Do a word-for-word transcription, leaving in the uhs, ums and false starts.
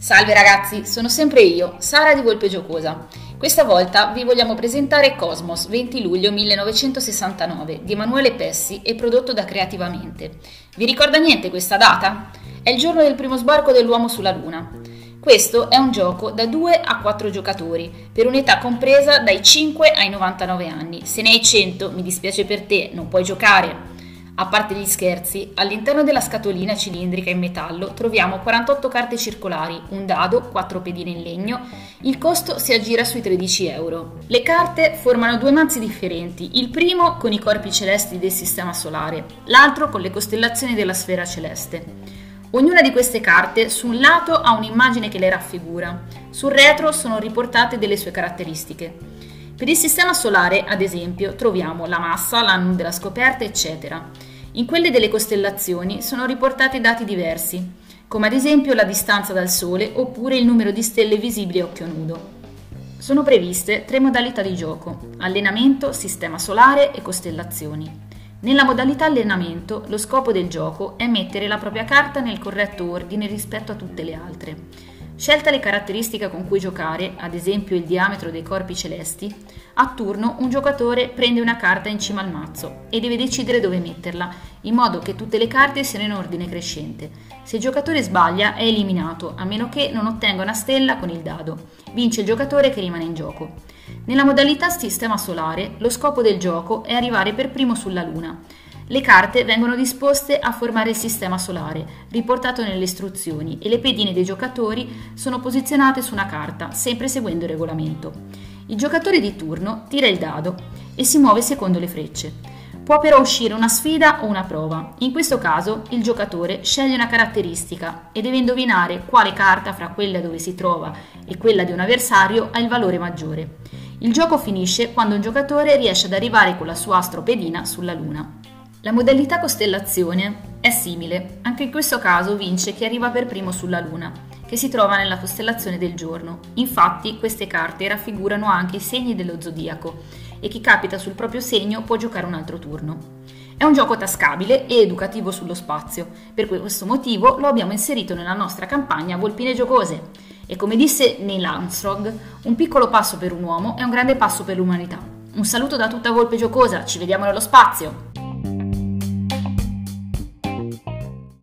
Salve ragazzi, sono sempre io, Sara di Volpe Giocosa. Questa volta vi vogliamo presentare Cosmos, venti luglio millenovecentosessantanove, di Emanuele Pessi e prodotto da Creativamente. Vi ricorda niente questa data? È il giorno del primo sbarco dell'uomo sulla Luna. Questo è un gioco da due a quattro giocatori, per un'età compresa dai cinque ai novantanove anni. Se ne hai cento, mi dispiace per te, non puoi giocare. A parte gli scherzi, all'interno della scatolina cilindrica in metallo troviamo quarantotto carte circolari, un dado, quattro pedine in legno. Il costo si aggira sui tredici euro. Le carte formano due mazzi differenti, il primo con i corpi celesti del sistema solare, l'altro con le costellazioni della sfera celeste. Ognuna di queste carte su un lato ha un'immagine che le raffigura, sul retro sono riportate delle sue caratteristiche. Per il sistema solare, ad esempio, troviamo la massa, l'anno della scoperta, eccetera. In quelle delle costellazioni sono riportati dati diversi, come ad esempio la distanza dal Sole oppure il numero di stelle visibili a occhio nudo. Sono previste tre modalità di gioco: allenamento, sistema solare e costellazioni. Nella modalità allenamento, lo scopo del gioco è mettere la propria carta nel corretto ordine rispetto a tutte le altre. Scelta le caratteristiche con cui giocare, ad esempio il diametro dei corpi celesti, a turno un giocatore prende una carta in cima al mazzo e deve decidere dove metterla, in modo che tutte le carte siano in ordine crescente. Se il giocatore sbaglia è eliminato, a meno che non ottenga una stella con il dado. Vince il giocatore che rimane in gioco. Nella modalità sistema solare, lo scopo del gioco è arrivare per primo sulla Luna. Le carte vengono disposte a formare il sistema solare, riportato nelle istruzioni, e le pedine dei giocatori sono posizionate su una carta, sempre seguendo il regolamento. Il giocatore di turno tira il dado e si muove secondo le frecce. Può però uscire una sfida o una prova. In questo caso il giocatore sceglie una caratteristica e deve indovinare quale carta fra quella dove si trova e quella di un avversario ha il valore maggiore. Il gioco finisce quando un giocatore riesce ad arrivare con la sua astropedina sulla Luna. La modalità costellazione è simile, anche in questo caso vince chi arriva per primo sulla Luna, che si trova nella costellazione del giorno. Infatti queste carte raffigurano anche i segni dello zodiaco e chi capita sul proprio segno può giocare un altro turno. È un gioco tascabile e educativo sullo spazio, per questo motivo lo abbiamo inserito nella nostra campagna Volpine Giocose. E come disse Neil Armstrong, un piccolo passo per un uomo è un grande passo per l'umanità. Un saluto da tutta Volpe Giocosa, ci vediamo nello spazio!